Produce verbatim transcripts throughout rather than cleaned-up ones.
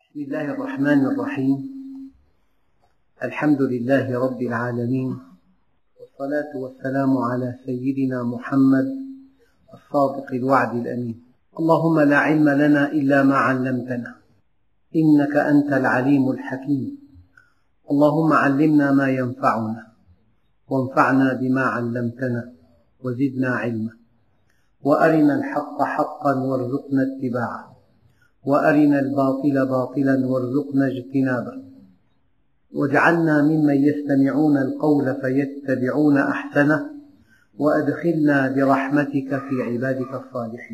بسم الله الرحمن الرحيم. الحمد لله رب العالمين، والصلاة والسلام على سيدنا محمد الصادق الوعد الأمين. اللهم لا علم لنا إلا ما علمتنا، إنك أنت العليم الحكيم. اللهم علمنا ما ينفعنا، وانفعنا بما علمتنا، وزدنا علما، وأرنا الحق حقا وارزقنا اتباعه، وأرنا الباطل باطلا وارزقنا اجتنابه، واجعلنا ممن يستمعون القول فيتبعون أحسنه، وأدخلنا برحمتك في عبادك الصالحين.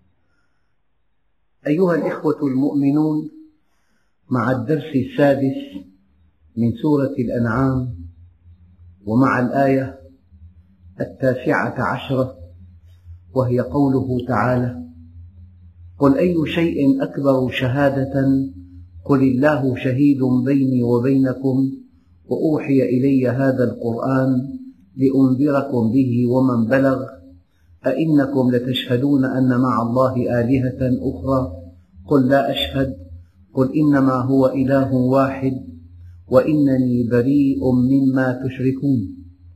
أيها الإخوة المؤمنون، مع الدرس السادس من سورة الأنعام، ومع الآية التاسعة عشرة، وهي قوله تعالى: قل أي شيء أكبر شهادة قل الله شهيد بيني وبينكم وأوحي إلي هذا القرآن لأنذركم به ومن بلغ أئنكم لتشهدون أن مع الله آلهة أخرى قل لا أشهد قل إنما هو إله واحد وإنني بريء مما تشركون.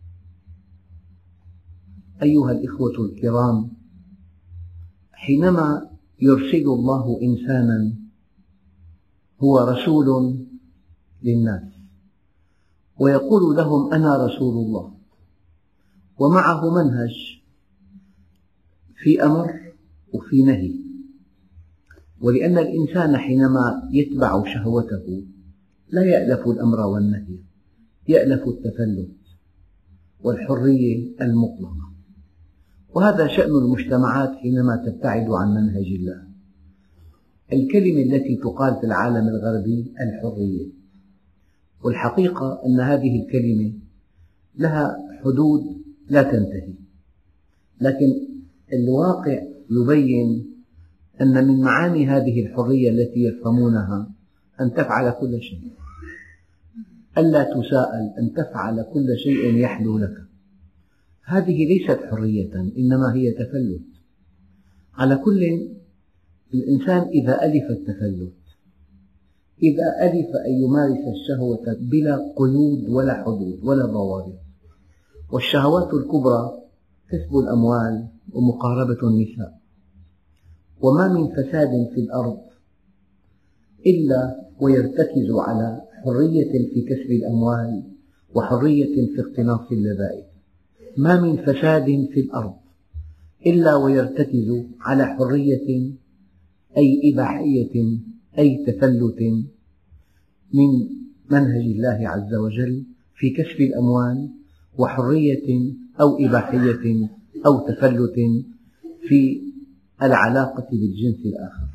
أيها الإخوة الكرام، حينما يرسل الله إنسانا هو رسول للناس ويقول لهم أنا رسول الله، ومعه منهج في أمر وفي نهي، ولأن الإنسان حينما يتبع شهوته لا يألف الأمر والنهي، يألف التفلت والحرية المطلقة. وهذا شأن المجتمعات حينما تبتعد عن منهج الله. الكلمة التي تقال في العالم الغربي الحرية، والحقيقة أن هذه الكلمة لها حدود لا تنتهي، لكن الواقع يبين أن من معاني هذه الحرية التي يفهمونها أن تفعل كل شيء، ألا تساءل، أن تفعل كل شيء يحلو لك. هذه ليست حرية، إنما هي تفلت. على كل، الإنسان إذا ألف التفلت، إذا ألف أن يمارس الشهوة بلا قيود ولا حدود ولا ضوابط، والشهوات الكبرى كسب الأموال ومقاربة النساء، وما من فساد في الأرض إلا ويرتكز على حرية في كسب الأموال وحرية في اقتناص اللذائذ. ما من فساد في الأرض إلا ويرتكز على حرية، أي إباحية، أي تفلت من منهج الله عز وجل في كسب الأموال، وحرية أو إباحية أو تفلت في العلاقة بالجنس الآخر.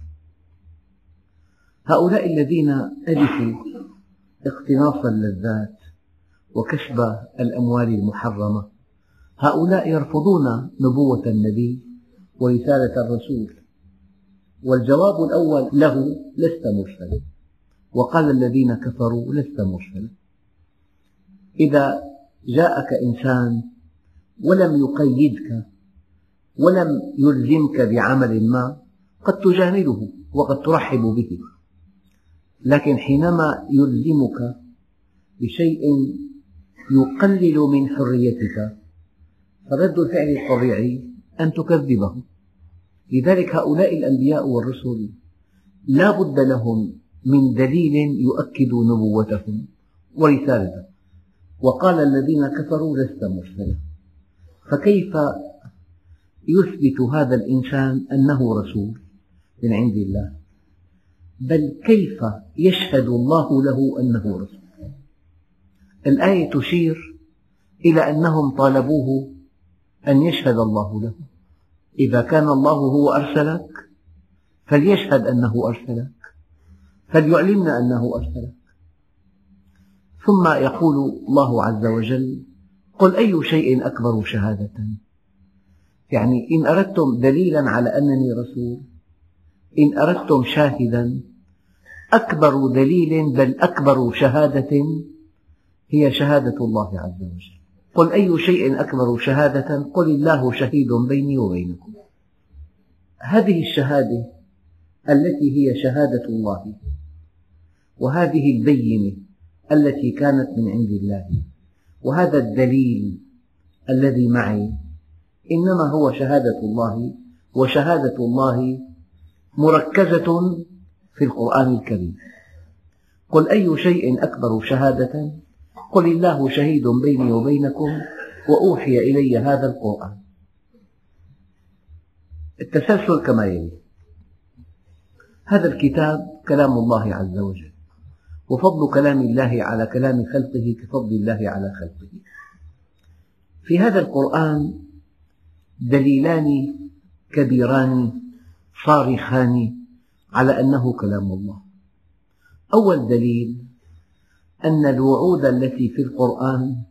هؤلاء الذين ألفوا اقتناص اللذات وكسب الأموال المحرمة، هؤلاء يرفضون نبوة النبي ورسالة الرسول. والجواب الأول له: لست مرسلا. وقال الذين كفروا: لست مرسلا. إذا جاءك إنسان ولم يقيدك ولم يلزمك بعمل ما، قد تجامله وقد ترحب به، لكن حينما يلزمك بشيء يقلل من حريتك فرد الفعل الطبيعي أن تكذبه. لذلك هؤلاء الأنبياء والرسل لا بد لهم من دليل يؤكد نبوتهم ورسالتهم. وقال الذين كفروا: لست مرسلا. فكيف يثبت هذا الإنسان أنه رسول من عند الله؟ بل كيف يشهد الله له أنه رسول؟ الآية تشير إلى أنهم طالبوه أن يشهد الله له. إذا كان الله هو أرسلك فليشهد أنه أرسلك، فليعلمنا أنه أرسلك. ثم يقول الله عز وجل: قل أي شيء أكبر شهادة. يعني إن أردتم دليلا على أنني رسول، إن أردتم شاهدا، أكبر دليل بل أكبر شهادة هي شهادة الله عز وجل. قل أي شيء أكبر شهادة قل الله شهيد بيني وبينكم. هذه الشهادة التي هي شهادة الله وهذه البينة التي كانت من عند الله، وهذا الدليل الذي معي إنما هو شهادة الله، وشهادة الله مركزة في القرآن الكريم. قل أي شيء أكبر شهادة؟ قل الله شهيد بيني وبينكم وأوحي إلي هذا القرآن. التسلسل كما يلي: هذا الكتاب كلام الله عز وجل، وفضل كلام الله على كلام خلقه كفضل الله على خلقه. في هذا القرآن دليلان كبيران صارخان على أنه كلام الله. أول دليل أن الوعود التي في القرآن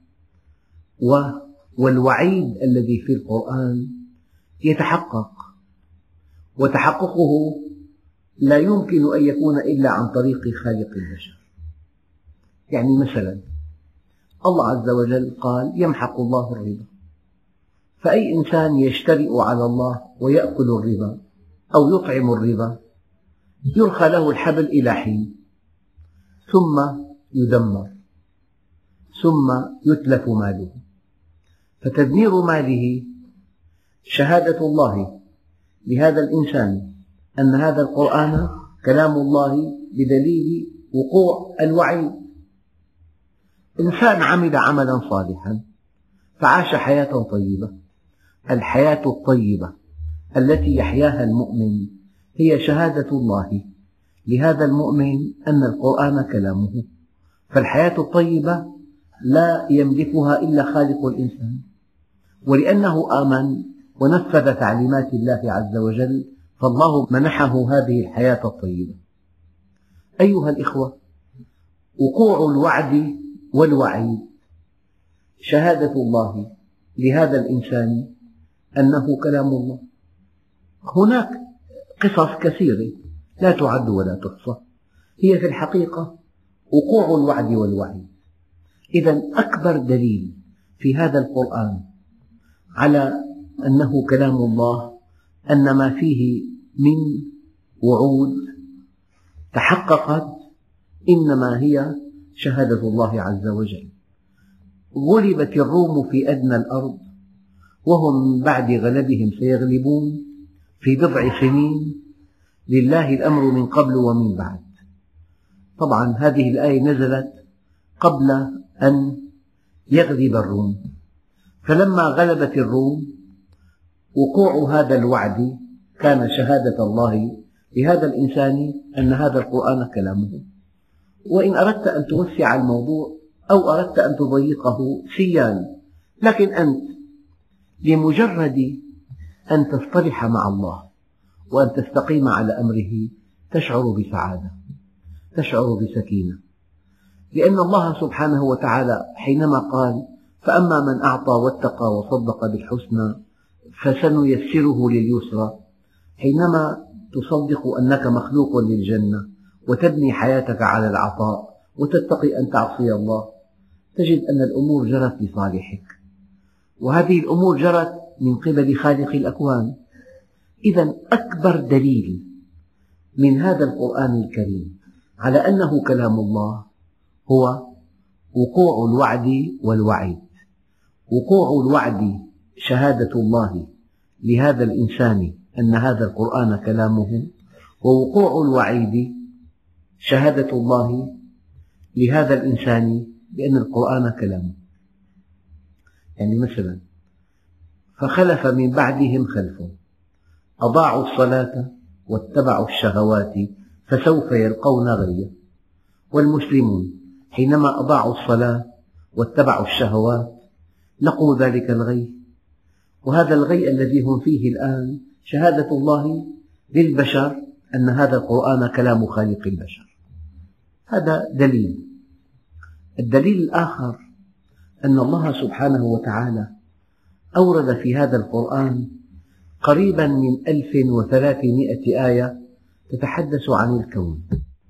والوعيد الذي في القرآن يتحقق، وتحققه لا يمكن أن يكون إلا عن طريق خالق البشر. يعني مثلا الله عز وجل قال: يمحق الله الربا، فأي إنسان يجترئ على الله ويأكل الربا أو يطعم الربا يرخى له الحبل إلى حين، ثم يدمر، ثم يتلف ماله. فتدمير ماله شهادة الله لهذا الإنسان أن هذا القرآن كلام الله بدليل وقوع الوعيد. إنسان عمل عملا صالحا فعاش حياة طيبة، الحياة الطيبة التي يحياها المؤمن هي شهادة الله لهذا المؤمن أن القرآن كلامه. فالحياة الطيبة لا يملكها إلا خالق الإنسان، ولأنه آمن ونفذ تعليمات الله عز وجل فالله منحه هذه الحياة الطيبة. أيها الإخوة، وقوع الوعد والوعيد شهادة الله لهذا الإنسان أنه كلام الله. هناك قصص كثيرة لا تعد ولا تحصى، هي في الحقيقة وقوع الوعد والوعيد. إذا أكبر دليل في هذا القرآن على أنه كلام الله أن ما فيه من وعود تحققت إنما هي شهادة الله عز وجل. غلبت الروم في أدنى الأرض وهم من بعد غلبهم سيغلبون في بضع سنين، لله الأمر من قبل ومن بعد. طبعا هذه الآية نزلت قبل أن يغلب الروم، فلما غلبت الروم وقوع هذا الوعد كان شهادة الله لهذا الإنسان أن هذا القرآن كلامه. وإن أردت أن توسع الموضوع أو أردت أن تضيقه سيان، لكن أنت لمجرد أن تصطلح مع الله وأن تستقيم على أمره تشعر بسعادة، تشعر بسكينة، لأن الله سبحانه وتعالى حينما قال: فأما من أعطى واتقى وصدق بالحسنى فسنيسره لليسرى، حينما تصدق أنك مخلوق للجنة وتبني حياتك على العطاء وتتقي أن تعصي الله، تجد أن الأمور جرت لصالحك، وهذه الأمور جرت من قبل خالق الأكوان. إذا أكبر دليل من هذا القرآن الكريم على أنه كلام الله هو وقوع الوعد والوعيد. وقوع الوعد شهادة الله لهذا الإنسان أن هذا القرآن كلامه، ووقوع الوعيد شهادة الله لهذا الإنسان بأن القرآن كلامه. يعني مثلا: فخلف من بعدهم خلف أضاعوا الصلاة واتبعوا الشهوات فسوف يلقون غيا. والمسلمون حينما أضاعوا الصلاة واتبعوا الشهوات لقوا ذلك الغي، وهذا الغي الذي هم فيه الآن شهادة الله للبشر أن هذا القرآن كلام خالق البشر. هذا دليل. الدليل الآخر أن الله سبحانه وتعالى أورد في هذا القرآن قريبا من ألف وثلاثمائة آية تتحدث عن الكون.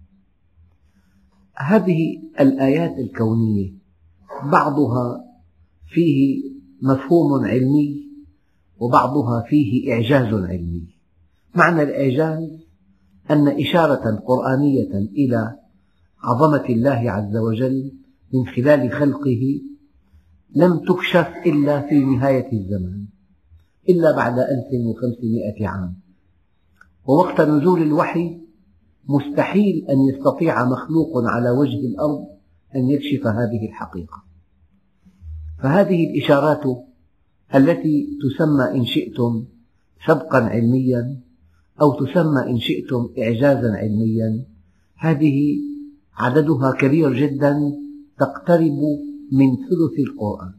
هذه الآيات الكونية بعضها فيه مفهوم علمي وبعضها فيه إعجاز علمي. معنى الإعجاز أن إشارة قرآنية إلى عظمة الله عز وجل من خلال خلقه لم تكشف إلا في نهاية الزمان، إلا بعد ألف وخمسمائة عام، ووقت نزول الوحي مستحيل أن يستطيع مخلوق على وجه الأرض أن يكشف هذه الحقيقة. فهذه الإشارات التي تسمى إن شئتم سبقا علميا أو تسمى إن شئتم إعجازا علميا، هذه عددها كبير جدا، تقترب من ثلث القرآن.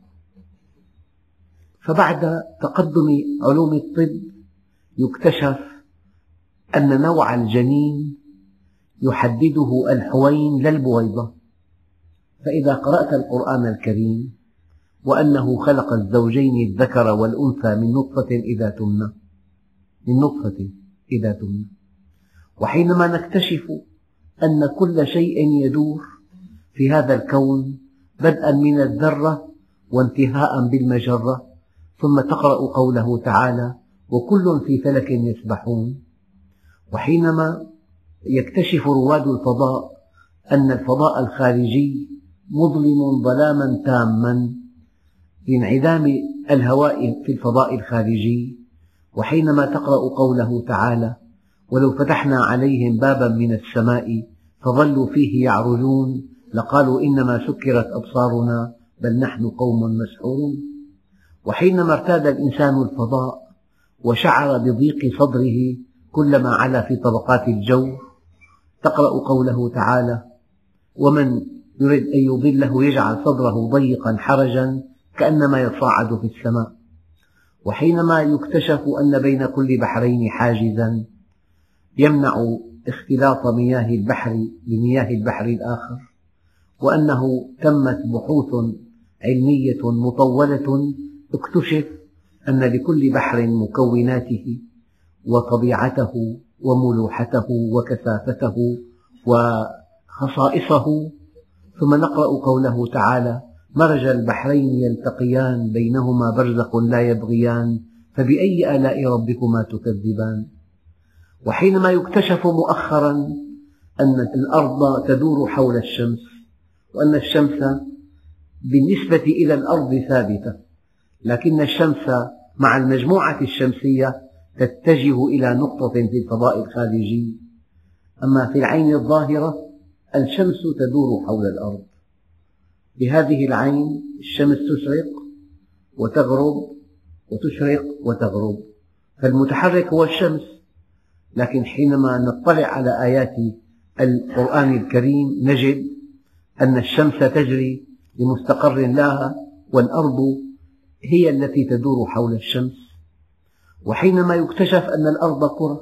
فبعد تقدم علوم الطب يكتشف أن نوع الجنين يحدده الحوين لا البويضة. فإذا قرأت القرآن الكريم وأنه خلق الزوجين الذكر والأنثى من نطفة إذا تمنى من نطفة إذا تمنى وحينما نكتشف أن كل شيء يدور في هذا الكون بدءا من الذرة وانتهاء بالمجرة، ثم تقرأ قوله تعالى وكل في فلك يسبحون، وحينما يكتشف رواد الفضاء أن الفضاء الخارجي مظلم ظلاما تاما لانعدام الهواء في الفضاء الخارجي، وحينما تقرأ قوله تعالى ولو فتحنا عليهم بابا من السماء فظلوا فيه يعرجون لقالوا إنما سكرت أبصارنا بل نحن قوم مسحورون، وحينما ارتاد الإنسان الفضاء وشعر بضيق صدره كلما علا في طبقات الجو، تقرأ قوله تعالى ومن يريد أن يضله يجعل صدره ضيقا حرجا كأنما يصعد في السماء، وحينما يكتشف أن بين كل بحرين حاجزا يمنع اختلاط مياه البحر بمياه البحر الآخر، وأنه تمت بحوث علمية مطولة اكتشف أن لكل بحر مكوناته وطبيعته وملوحته وكثافته وخصائصه. ثم نقرأ قوله تعالى مرج البحرين يلتقيان بينهما برزخ لا يبغيان فبأي آلاء ربكما تكذبان. وحينما يكتشف مؤخرا أن الأرض تدور حول الشمس، وأن الشمس بالنسبة إلى الأرض ثابتة، لكن الشمس مع المجموعة الشمسية تتجه إلى نقطة في الفضاء الخارجي، أما في العين الظاهرة الشمس تدور حول الأرض. بهذه العين الشمس تشرق وتغرب وتشرق وتغرب، فالمتحرك هو الشمس، لكن حينما نطلع على آيات القرآن الكريم نجد أن الشمس تجري لمستقر لها والأرض هي التي تدور حول الشمس. وحينما يكتشف أن الأرض كرة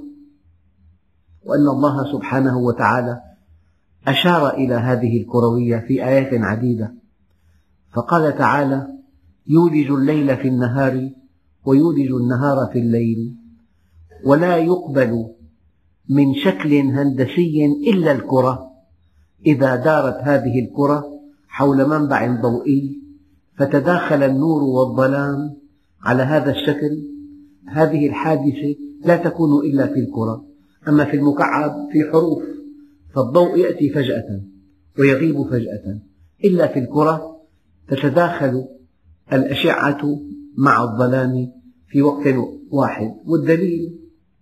وأن الله سبحانه وتعالى أشار إلى هذه الكروية في آيات عديدة، فقال تعالى يولج الليل في النهار ويولج النهار في الليل ولا يقبل من شكل هندسي إلا الكرة إذا دارت هذه الكرة حول منبع ضوئي فتداخل النور والظلام على هذا الشكل، هذه الحادثة لا تكون إلا في الكرة. أما في المكعب في حروف، فالضوء يأتي فجأة ويغيب فجأة، إلا في الكرة تتداخل الأشعة مع الظلام في وقت واحد. والدليل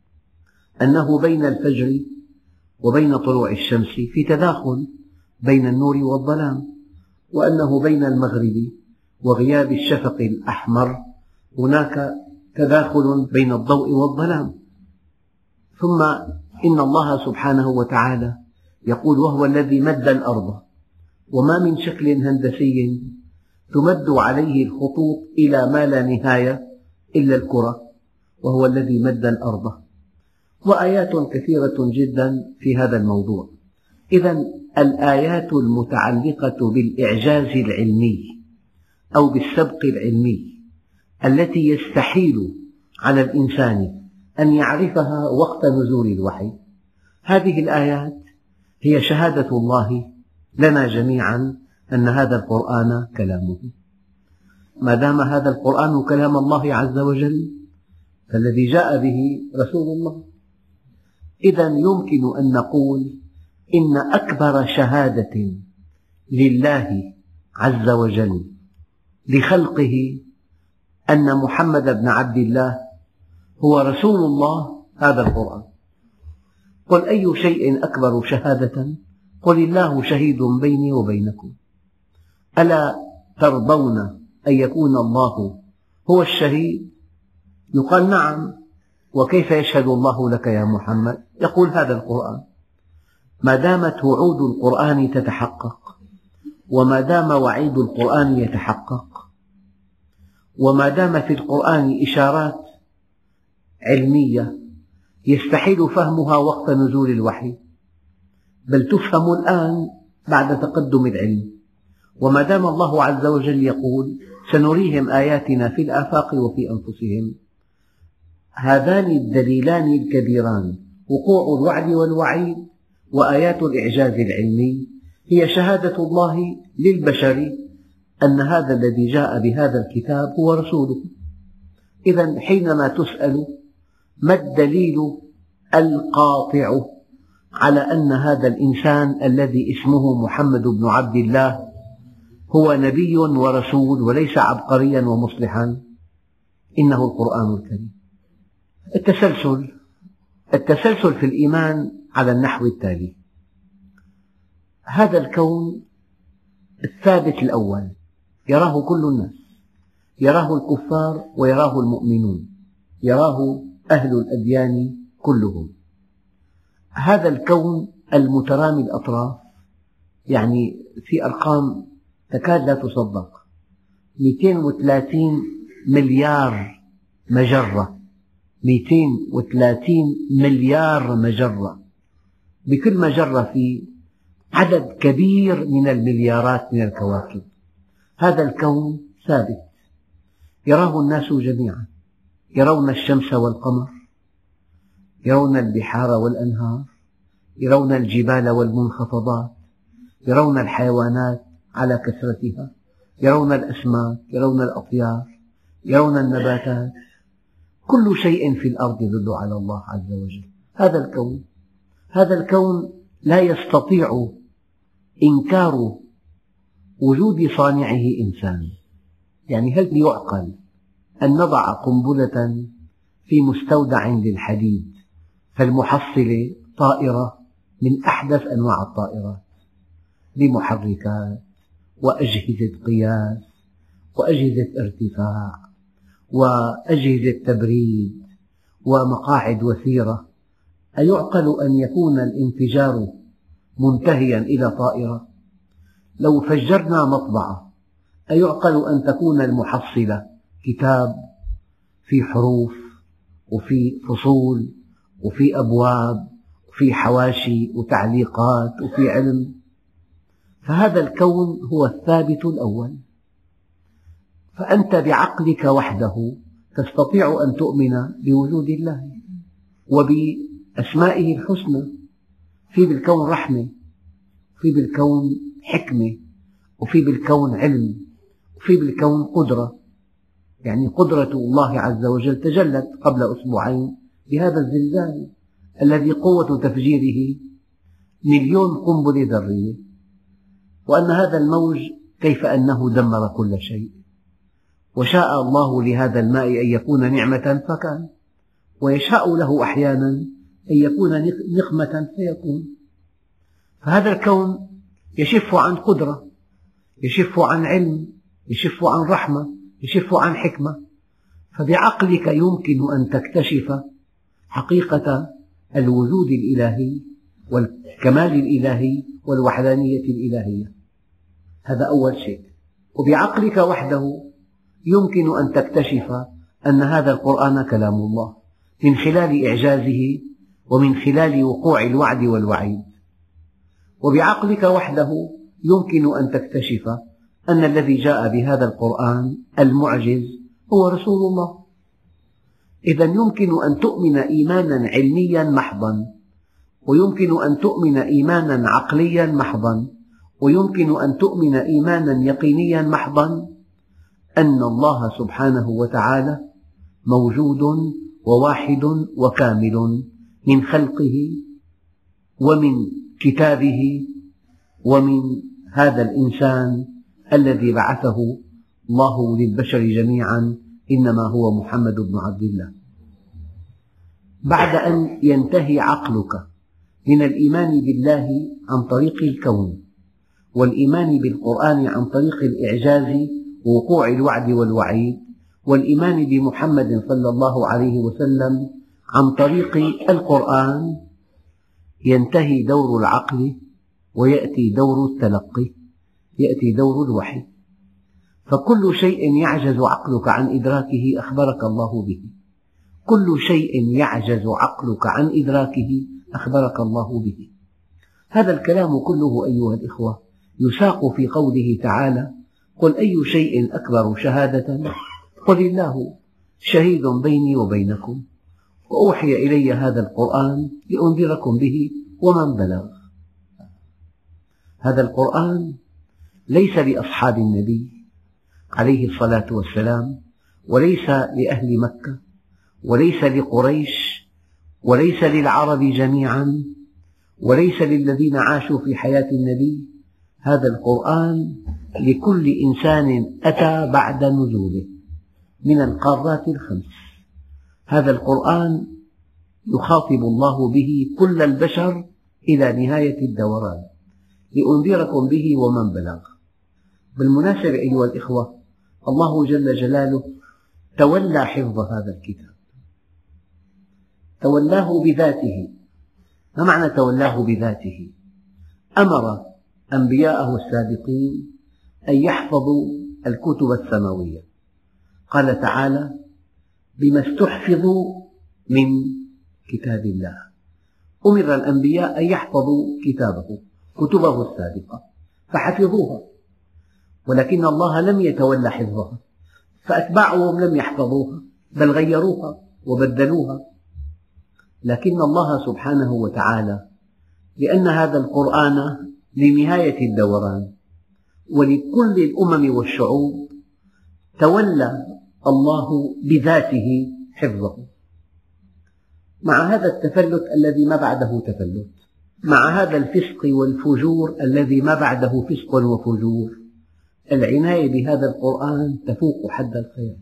أنه بين الفجر وبين طلوع الشمس في تداخل بين النور والظلام، وأنه بين المغرب وغياب الشفق الأحمر هناك تداخل بين الضوء والظلام. ثم إن الله سبحانه وتعالى يقول وهو الذي مد الأرض وما من شكل هندسي تمد عليه الخطوط إلى ما لا نهاية إلا الكرة، وهو الذي مد الأرض، وآيات كثيرة جدا في هذا الموضوع. إذن الآيات المتعلقة بالإعجاز العلمي أو بالسبق العلمي التي يستحيل على الإنسان أن يعرفها وقت نزول الوحي، هذه الآيات هي شهادة الله لنا جميعا أن هذا القرآن كلامه. ما دام هذا القرآن كلام الله عز وجل فالذي جاء به رسول الله، إذن يمكن أن نقول إن أكبر شهادة لله عز وجل لخلقه أن محمد بن عبد الله هو رسول الله هذا القرآن. قل أي شيء أكبر شهادة؟ قل الله شهيد بيني وبينكم. ألا ترضون أن يكون الله هو الشهيد؟ يقال نعم، وكيف يشهد الله لك يا محمد؟ يقول هذا القرآن. ما دامت وعود القرآن تتحقق، وما دام وعيد القرآن يتحقق، وما دام في القرآن إشارات علمية يستحيل فهمها وقت نزول الوحي، بل تفهم الآن بعد تقدم العلم، وما دام الله عز وجل يقول سنريهم آياتنا في الآفاق وفي أنفسهم، هذان الدليلان الكبيران وقوع الوعد والوعيد وآيات الإعجاز العلمي هي شهادة الله للبشر أن هذا الذي جاء بهذا الكتاب هو رسوله. إذا حينما تسأل ما الدليل القاطع على أن هذا الإنسان الذي اسمه محمد بن عبد الله هو نبي ورسول وليس عبقريا ومصلحا؟ إنه القرآن الكريم. التسلسل التسلسل في الإيمان على النحو التالي: هذا الكون الثابت الأول يراه كل الناس، يراه الكفار ويراه المؤمنون، يراه أهل الأديان كلهم. هذا الكون المترامي الأطراف، يعني في أرقام تكاد لا تصدق، مئتين وثلاثين مليار مجرة، مئتين وثلاثين مليار مجرة، بكل مجرة في عدد كبير من المليارات من الكواكب. هذا الكون ثابت يراه الناس جميعا، يرون الشمس والقمر، يرون البحار والأنهار، يرون الجبال والمنخفضات، يرون الحيوانات على كثرتها، يرون الأسماك، يرون الأطيار، يرون النباتات، كل شيء في الأرض يدل على الله عز وجل. هذا الكون هذا الكون لا يستطيع إنكار وجود صانعه إنسان. يعني هل يعقل أن نضع قنبلة في مستودع للحديد فالمحصلة طائرة من أحدث أنواع الطائرات بمحركات وأجهزة قياس وأجهزة ارتفاع وأجهزة تبريد ومقاعد وثيرة؟ أيعقل أن يكون الانفجار منتهيا إلى طائرة؟ لو فجرنا مطبعة أيعقل أن تكون المحصلة كتاب في حروف وفي فصول وفي أبواب وفي حواشي وتعليقات وفي علم؟ فهذا الكون هو الثابت الأول. فأنت بعقلك وحده تستطيع أن تؤمن بوجود الله وبأسمائه الحسنى. في بالكون رحمة، وفي بالكون حكمة، وفي بالكون علم، وفي بالكون قدرة. يعني قدرة الله عز وجل تجلت قبل أسبوعين بهذا الزلزال الذي قوة تفجيره مليون قنبلة ذرية، وأن هذا الموج كيف أنه دمر كل شيء. وشاء الله لهذا الماء أن يكون نعمة فكان، ويشاء له أحيانا أن يكون نقمة فيكون. فهذا الكون يشف عن قدرة، يشف عن علم، يشف عن رحمة، يشف عن حكمة. فبعقلك يمكن أن تكتشف حقيقة الوجود الإلهي والكمال الإلهي والوحدانية الإلهية. هذا أول شيء. وبعقلك وحده يمكن أن تكتشف أن هذا القرآن كلام الله من خلال إعجازه ومن خلال وقوع الوعد والوعيد. وبعقلك وحده يمكن أن تكتشف أن الذي جاء بهذا القرآن المعجز هو رسول الله. إذا يمكن أن تؤمن إيمانا علميا محضا، ويمكن أن تؤمن إيمانا عقليا محضا، ويمكن أن تؤمن إيمانا يقينيا محضا أن الله سبحانه وتعالى موجود وواحد وكامل من خلقه ومن كتابه ومن هذا الإنسان الذي بعثه الله للبشر جميعا، إنما هو محمد بن عبد الله. بعد أن ينتهي عقلك من الإيمان بالله عن طريق الكون، والإيمان بالقرآن عن طريق الإعجاز ووقوع الوعد والوعيد، والإيمان بمحمد صلى الله عليه وسلم عن طريق القرآن، ينتهي دور العقل ويأتي دور التلقي، يأتي دور الوحي. فكل شيء يعجز عقلك عن إدراكه أخبرك الله به، كل شيء يعجز عقلك عن إدراكه أخبرك الله به. هذا الكلام كله أيها الإخوة يساق في قوله تعالى: قل أي شيء أكبر شهادة قل الله شهيد بيني وبينكم وأوحي إلي هذا القرآن لأنذركم به ومن بلغ. هذا القرآن ليس لأصحاب النبي عليه الصلاة والسلام، وليس لأهل مكة، وليس لقريش، وليس للعرب جميعا، وليس للذين عاشوا في حياة النبي. هذا القرآن لكل إنسان أتى بعد نزوله من القارات الخمس. هذا القرآن يخاطب الله به كل البشر إلى نهاية الدوران، لأنذركم به ومن بلغ. بالمناسبة أيها الإخوة، الله جل جلاله تولى حفظ هذا الكتاب، تولاه بذاته. ما معنى تولاه بذاته؟ أمر أنبياءه السابقين أن يحفظوا الكتب السماوية. قال تعالى: بما استحفظوا من كتاب الله. أمر الأنبياء أن يحفظوا كتابه، كتبه السابقة، فحفظوها، ولكن الله لم يتولى حفظها، فأتباعهم لم يحفظوها بل غيروها وبدلوها. لكن الله سبحانه وتعالى لأن هذا القرآن لنهاية الدوران ولكل الأمم والشعوب، تولى الله بذاته حفظه، مع هذا التفلت الذي ما بعده تفلت، مع هذا الفسق والفجور الذي ما بعده فسق وفجور. العناية بهذا القرآن تفوق حد الخيال.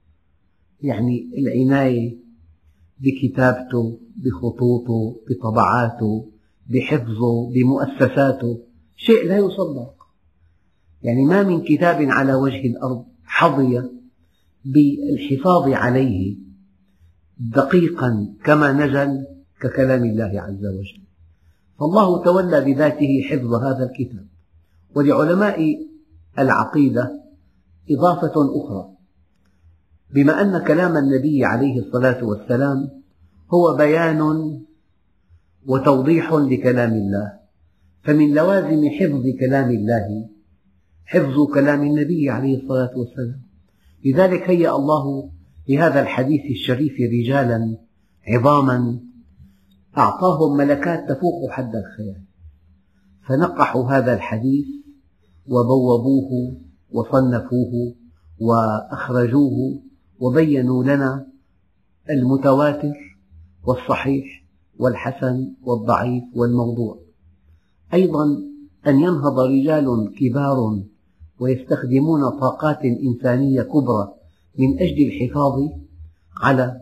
يعني العناية بكتابته، بخطوطه، بطبعاته، بحفظه، بمؤسساته، شيء لا يصدق. يعني ما من كتاب على وجه الأرض حظي بالحفاظ عليه دقيقا كما نزل ككلام الله عز وجل. فالله تولى بذاته حفظ هذا الكتاب. ولعلماء العقيدة إضافة أخرى، بما أن كلام النبي عليه الصلاة والسلام هو بيان وتوضيح لكلام الله، فمن لوازم حفظ كلام الله حفظ كلام النبي عليه الصلاة والسلام. لذلك هيأ الله لهذا الحديث الشريف رجالا عظاما أعطاهم ملكات تفوق حد الخيال، فنقحوا هذا الحديث وبوبوه وصنفوه وأخرجوه وبينوا لنا المتواتر والصحيح والحسن والضعيف والموضوع. أيضا أن ينهض رجال كبار ويستخدمون طاقات إنسانية كبرى من أجل الحفاظ على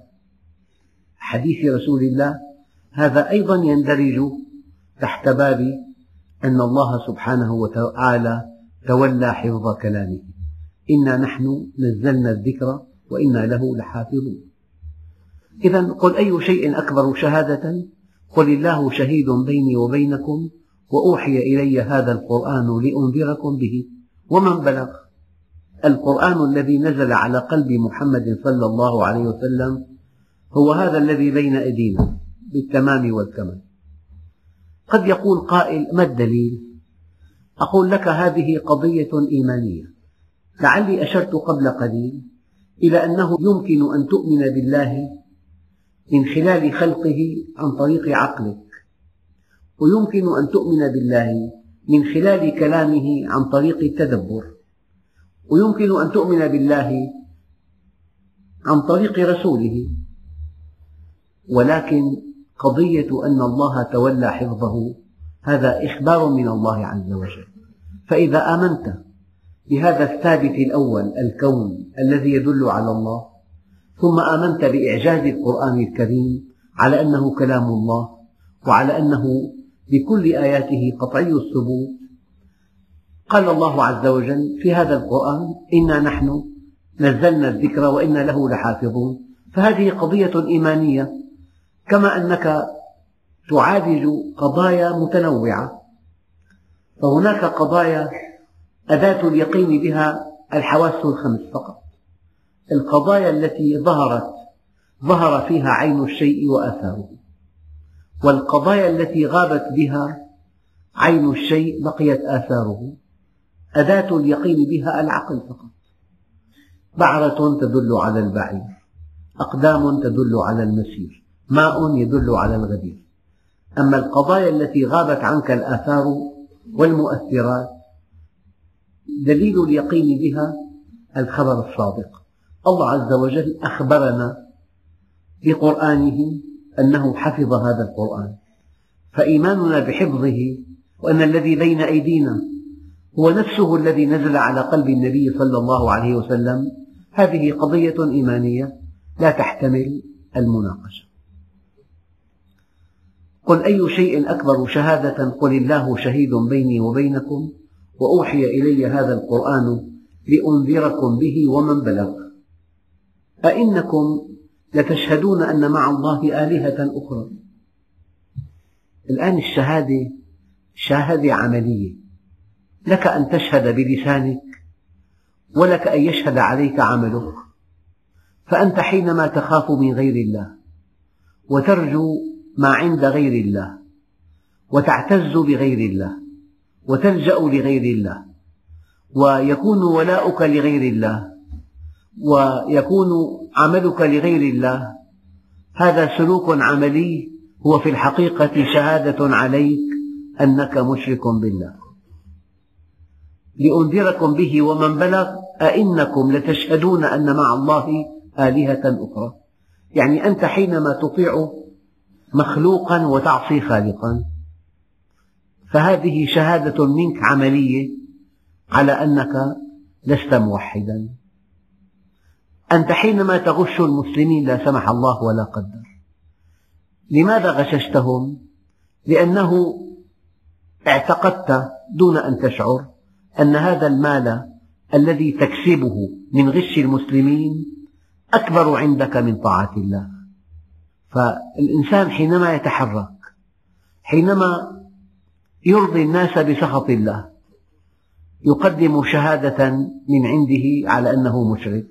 حديث رسول الله، هذا أيضا يندرج تحت باب أن الله سبحانه وتعالى تولى حفظ كلامه. إنا نحن نزلنا الذكر وإنا له لحافظون. إذا قل أي شيء أكبر شهادة قل الله شهيد بيني وبينكم وأوحي إلي هذا القرآن لأنذركم به ومن بلغ. القرآن الذي نزل على قلب محمد صلى الله عليه وسلم هو هذا الذي بين أيدينا بالتمام والكمال. قد يقول قائل: ما الدليل؟ أقول لك هذه قضية إيمانية. لعلي أشرت قبل قليل إلى أنه يمكن أن تؤمن بالله من خلال خلقه عن طريق عقلك، ويمكن أن تؤمن بالله من خلال كلامه عن طريق التدبر، ويمكن أن تؤمن بالله عن طريق رسوله. ولكن قضية أن الله تولى حفظه هذا إخبار من الله عز وجل. فإذا آمنت بهذا الثابت الأول الكون الذي يدل على الله، ثم آمنت بإعجاز القرآن الكريم على أنه كلام الله وعلى أنه بكل آياته قطعي الثبوت، قال الله عز وجل في هذا القرآن إنا نحن نزلنا الذكر وإنا له لحافظون. فهذه قضية إيمانية، كما أنك تعالج قضايا متنوعة، فهناك قضايا أداة اليقين بها الحواس الخمس فقط، القضايا التي ظهرت ظهر فيها عين الشيء وآثاره، والقضايا التي غابت بها عين الشيء بقيت آثاره، أداة اليقين بها العقل فقط. بعرة تدل على البعير، أقدام تدل على المسير، ماء يدل على الغدير. أما القضايا التي غابت عنك الآثار والمؤثرات دليل اليقين بها الخبر الصادق. الله عز وجل أخبرنا بقرآنه أنه حفظ هذا القرآن، فإيماننا بحفظه وأن الذي بين أيدينا هو نفسه الذي نزل على قلب النبي صلى الله عليه وسلم، هذه قضية إيمانية لا تحتمل المناقشة. قل أي شيء أكبر شهادة قل الله شهيد بيني وبينكم وأوحي إلي هذا القرآن لأنذركم به ومن بلغ أئنكم لتشهدون أن مع الله آلهة أخرى. الآن الشهادة شهادة عملية، لك أن تشهد بلسانك ولك أن يشهد عليك عملك. فأنت حينما تخاف من غير الله وترجو ما عند غير الله وتعتز بغير الله وتلجأ لغير الله ويكون ولاؤك لغير الله ويكون عملك لغير الله، هذا سلوك عملي هو في الحقيقة شهادة عليك أنك مشرك بالله. لأنذركم به ومن بلغ أئنكم لتشهدون أن مع الله آلهة أخرى، يعني أنت حينما تطيع مخلوقا وتعصي خالقا فهذه شهادة منك عملية على أنك لست موحدا. أنت حينما تغش المسلمين لا سمح الله ولا قدر، لماذا غششتهم؟ لأنه اعتقدت دون أن تشعر أن هذا المال الذي تكسبه من غش المسلمين أكبر عندك من طاعة الله. فالإنسان حينما يتحرك، حينما يرضي الناس بسخط الله، يقدم شهادة من عنده على أنه مشرك،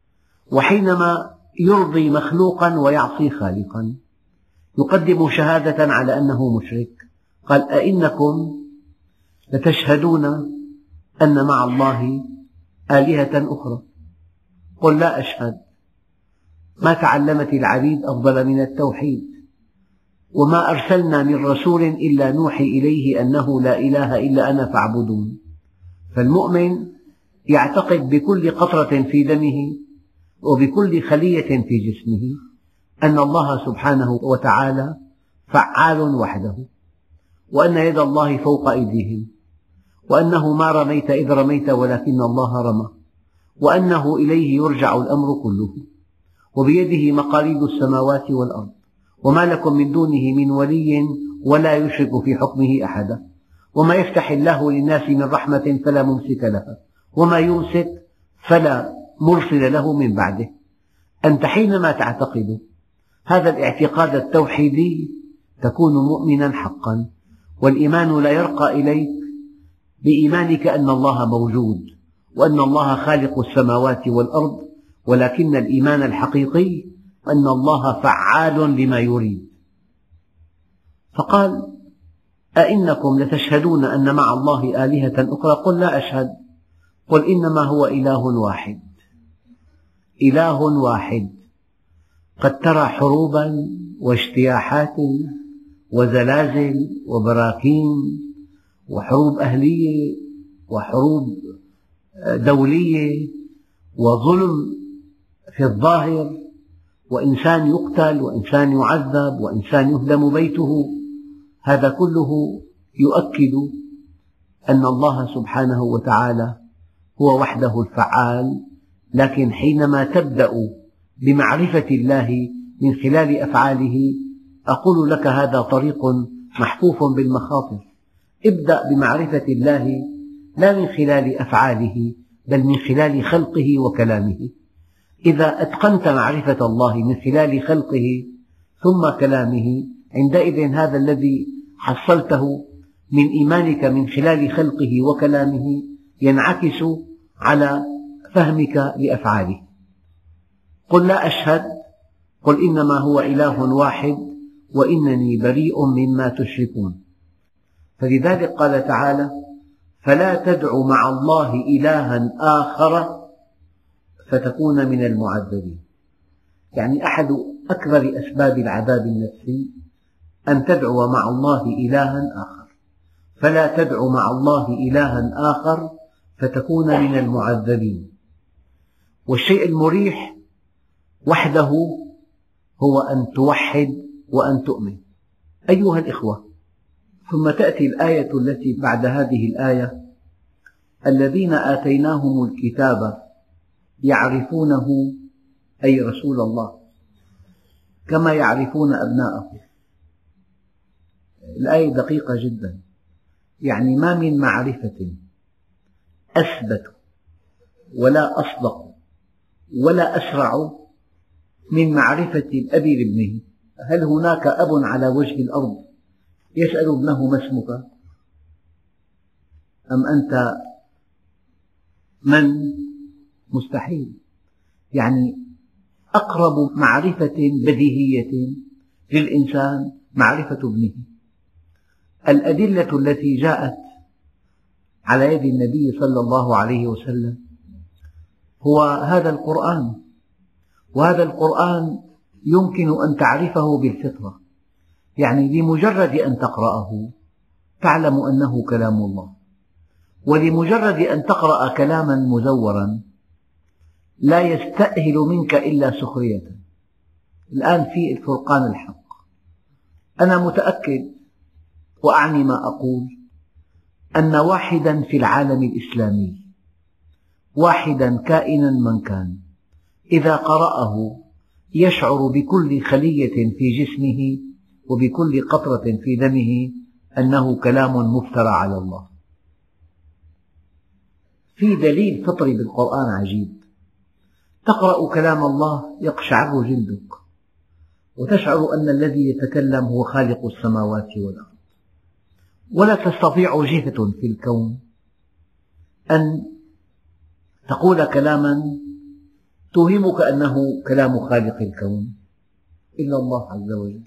وحينما يرضي مخلوقا ويعصي خالقا يقدم شهادة على أنه مشرك. قال أئنكم لتشهدون أن مع الله آلهة أخرى. قل لا أشهد. ما تعلمت العبيد أفضل من التوحيد، وما أرسلنا من رسول إلا نوحي إليه أنه لا إله إلا أنا فاعبدون. فالمؤمن يعتقد بكل قطرة في دمه وبكل خلية في جسمه أن الله سبحانه وتعالى فعال وحده، وأن يد الله فوق أيديهم، وأنه ما رميت إذ رميت ولكن الله رمى، وأنه إليه يرجع الأمر كله، وبيده مقاليد السماوات والأرض، وما لكم من دونه من ولي ولا يشرك في حكمه أحدا، وما يفتح الله للناس من رحمة فلا ممسك لها، وما يمسك فلا مرسل له من بعده. أنت حينما تعتقد هذا الاعتقاد التوحيدي تكون مؤمنا حقا، والإيمان لا يرقى إليك بإيمانك أن الله موجود وأن الله خالق السماوات والأرض، ولكن الإيمان الحقيقي أن الله فعال لما يريد. فقال أئنكم لتشهدون أن مع الله آلهة أخرى. قل لا أشهد. قل إنما هو إله واحد، إله واحد. قد ترى حروبا واجتياحات وزلازل وبراكين وحروب أهلية وحروب دولية وظلم في الظاهر، وإنسان يقتل وإنسان يعذب وإنسان يهدم بيته، هذا كله يؤكد أن الله سبحانه وتعالى هو وحده الفعال، لكن حينما تبدأ بمعرفة الله من خلال أفعاله أقول لك هذا طريق محفوف بالمخاطر. ابدأ بمعرفة الله لا من خلال أفعاله بل من خلال خلقه وكلامه. إذا أتقنت معرفة الله من خلال خلقه ثم كلامه، عندئذ هذا الذي حصلته من إيمانك من خلال خلقه وكلامه ينعكس على فهمك لأفعاله. قل لا أشهد، قل إنما هو إله واحد وإنني بريء مما تشركون. فلذلك قال تعالى: فلا تدع مع الله إلها آخر فتكون من المعذبين. يعني أحد أكبر أسباب العذاب النفسي أن تدعو مع الله إلها آخر. فلا تدع مع الله إلها آخر فتكون من المعذبين. والشيء المريح وحده هو أن توحد وأن تؤمن. أيها الإخوة، ثم تأتي الآية التي بعد هذه الآية: الذين آتيناهم الكتاب يعرفونه، أي رسول الله، كما يعرفون أبناءهم. الآية دقيقة جدا، يعني ما من معرفة أثبت ولا أصدق ولا أسرع من معرفة الأب لابنه. هل هناك أب على وجه الأرض يسأل ابنه ما اسمك؟ أم أنت من؟ مستحيل. يعني أقرب معرفة بديهية للإنسان معرفة ابنه. الأدلة التي جاءت على يد النبي صلى الله عليه وسلم هو هذا القرآن، وهذا القرآن يمكن أن تعرفه بالفطرة. يعني بمجرد أن تقرأه تعلم أنه كلام الله، ولمجرد أن تقرأ كلاما مزورا لا يستأهل منك إلا سخرية. الآن في الفرقان الحق. أنا متأكد وأعني ما أقول أن واحدا في العالم الإسلامي، واحدا كائنا من كان، إذا قرأه يشعر بكل خلية في جسمه وبكل قطرة في دمه أنه كلام مفترى على الله. في دليل فطري بالقرآن عجيب. تقرأ كلام الله يقشعر جلدك وتشعر أن الذي يتكلم هو خالق السماوات والأرض، ولا تستطيع جهة في الكون أن تقول كلاما توهمك أنه كلام خالق الكون إلا الله عز وجل.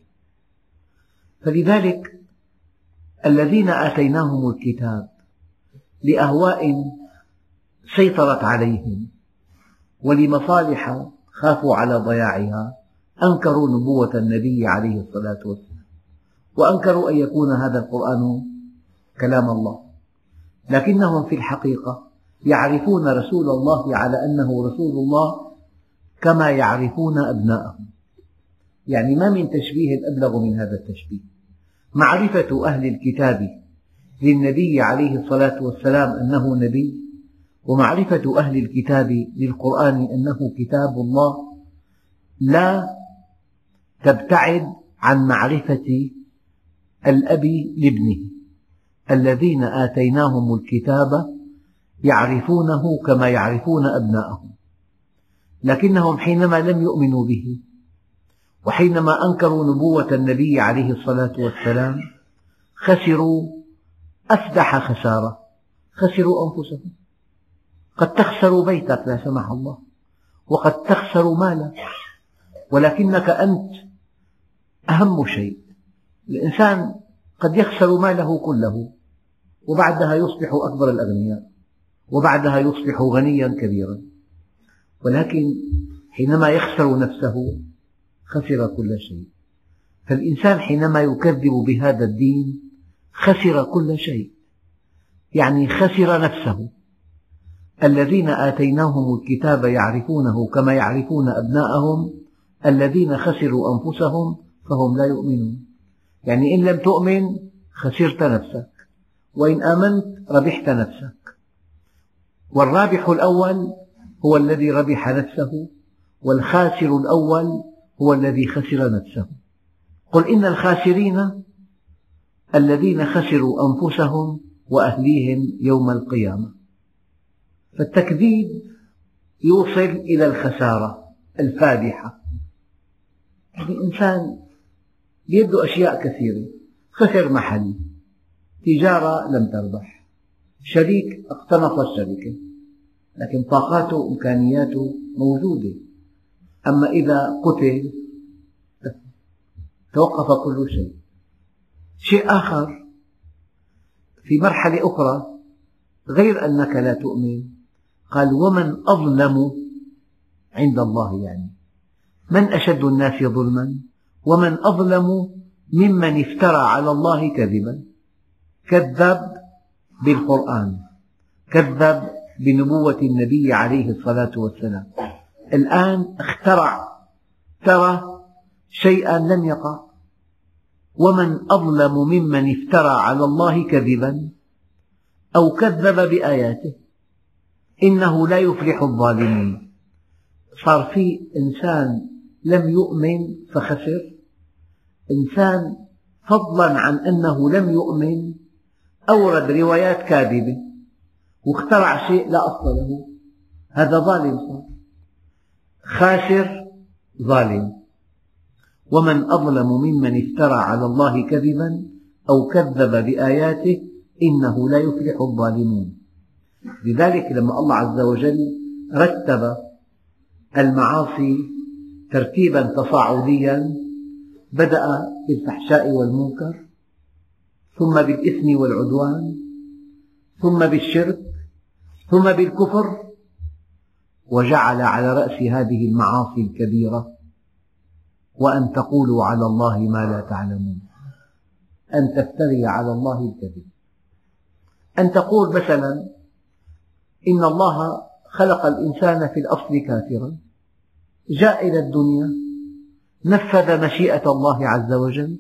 فلذلك الذين آتيناهم الكتاب لأهواء سيطرت عليهم ولمصالح خافوا على ضياعها أنكروا نبوة النبي عليه الصلاة والسلام، وأنكروا أن يكون هذا القرآن كلام الله، لكنهم في الحقيقة يعرفون رسول الله على أنه رسول الله كما يعرفون أبناءهم. يعني ما من تشبيه أبلغ من هذا التشبيه. معرفة أهل الكتاب للنبي عليه الصلاة والسلام أنه نبي، ومعرفة أهل الكتاب للقرآن أنه كتاب الله، لا تبتعد عن معرفة الأب لابنه. الذين آتيناهم الكتاب يعرفونه كما يعرفون أبناءهم، لكنهم حينما لم يؤمنوا به وحينما أنكروا نبوة النبي عليه الصلاة والسلام خسروا أفدح خسارة، خسروا أنفسهم. قد تخسر بيتك لا سمح الله، وقد تخسر مالك، ولكنك أنت أهم شيء. الإنسان قد يخسر ماله كله وبعدها يصبح أكبر الأغنياء، وبعدها يصبح غنيا كبيرا، ولكن حينما يخسر نفسه خسر كل شيء. فالإنسان حينما يكذب بهذا الدين خسر كل شيء، يعني خسر نفسه. الذين آتيناهم الكتاب يعرفونه كما يعرفون أبناءهم الذين خسروا أنفسهم فهم لا يؤمنون. يعني إن لم تؤمن خسرت نفسك. وإن آمنت ربحت نفسك. والرابح الأول هو الذي ربح نفسه، والخاسر الأول هو الذي خسر نفسه. قل إن الخاسرين الذين خسروا أنفسهم وأهليهم يوم القيامة. فالتكذيب يوصل إلى الخسارة الفادحة. يعني إنسان بيده أشياء كثيرة، خسر محل، تجارة لم تربح، شريك اقتنص الشركة، لكن طاقاته وإمكانياته موجودة. أما إذا قتل توقف كل شيء. شيء آخر في مرحلة أخرى غير أنك لا تؤمن، قال ومن أظلم عند الله، يعني من أشد الناس ظلما ومن أظلم ممن افترى على الله كذبا. كذب بالقرآن، كذب بنبوة النبي عليه الصلاة والسلام، الآن اخترع ترى شيئا لم يقع. ومن أظلم ممن افترى على الله كذبا أو كذب بآياته إنه لا يفلح الظالمون. صار في إنسان لم يؤمن فخسر، إنسان فضلا عن أنه لم يؤمن أورد روايات كاذبة واخترع شيء لا أصل له، هذا ظالم، صار خاسر ظالم. ومن أظلم ممن افترى على الله كذبا أو كذب بآياته إنه لا يفلح الظالمون. لذلك لما الله عز وجل رتب المعاصي ترتيبا تصاعديا، بدأ بالفحشاء والمنكر، ثم بالإثم والعدوان، ثم بالشرك، ثم بالكفر، وجعل على رأس هذه المعاصي الكبيرة وأن تقولوا على الله ما لا تعلمون، أن تفتري على الله الكذب. أن تقول مثلا إن الله خلق الإنسان في الأصل كافرا، جاء إلى الدنيا نفذ مشيئة الله عز وجل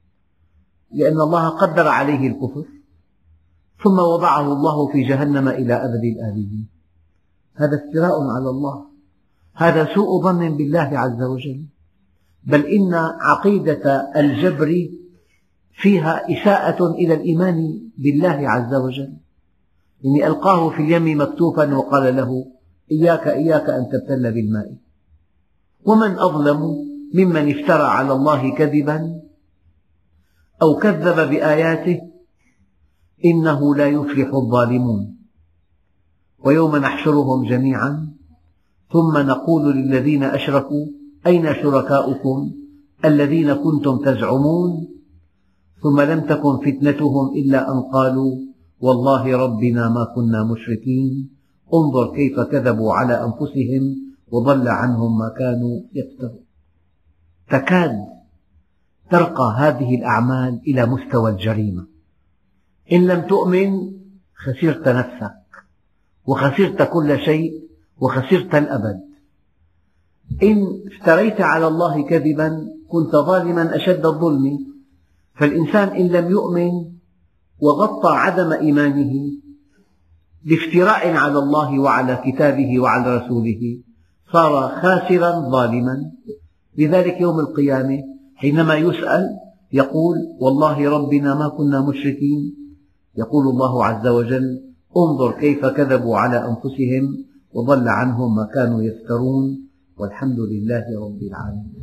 لأن الله قدر عليه الكفر، ثم وضعه الله في جهنم إلى أبد الآبدين. هذا افتراء على الله، هذا سوء ظن بالله عز وجل. بل إن عقيدة الجبر فيها إساءة إلى الإيمان بالله عز وجل. يعني ألقاه في اليم مكتوفا وقال له إياك إياك أن تبتل بالماء. ومن أظلم ممن افترى على الله كذبا أو كذب بآياته إنه لا يفلح الظالمون. ويوم نحشرهم جميعا ثم نقول للذين أشركوا أين شركاؤكم الذين كنتم تزعمون ثم لم تكن فتنتهم إلا أن قالوا والله ربنا ما كنا مشركين انظر كيف كذبوا على أنفسهم وضل عنهم ما كانوا يفترون. تكاد ترقى هذه الأعمال إلى مستوى الجريمة. إن لم تؤمن خسرت نفسك وخسرت كل شيء وخسرت الأبد. إن افتريت على الله كذبا كنت ظالما أشد الظلم. فالإنسان إن لم يؤمن وغطى عدم إيمانه بافتراء على الله وعلى كتابه وعلى رسوله صار خاسرا ظالما. لذلك يوم القيامة حينما يسأل يقول والله ربنا ما كنا مشركين، يقول الله عز وجل انظر كيف كذبوا على أنفسهم وضل عنهم ما كانوا يفترون والحمد لله رب العالمين.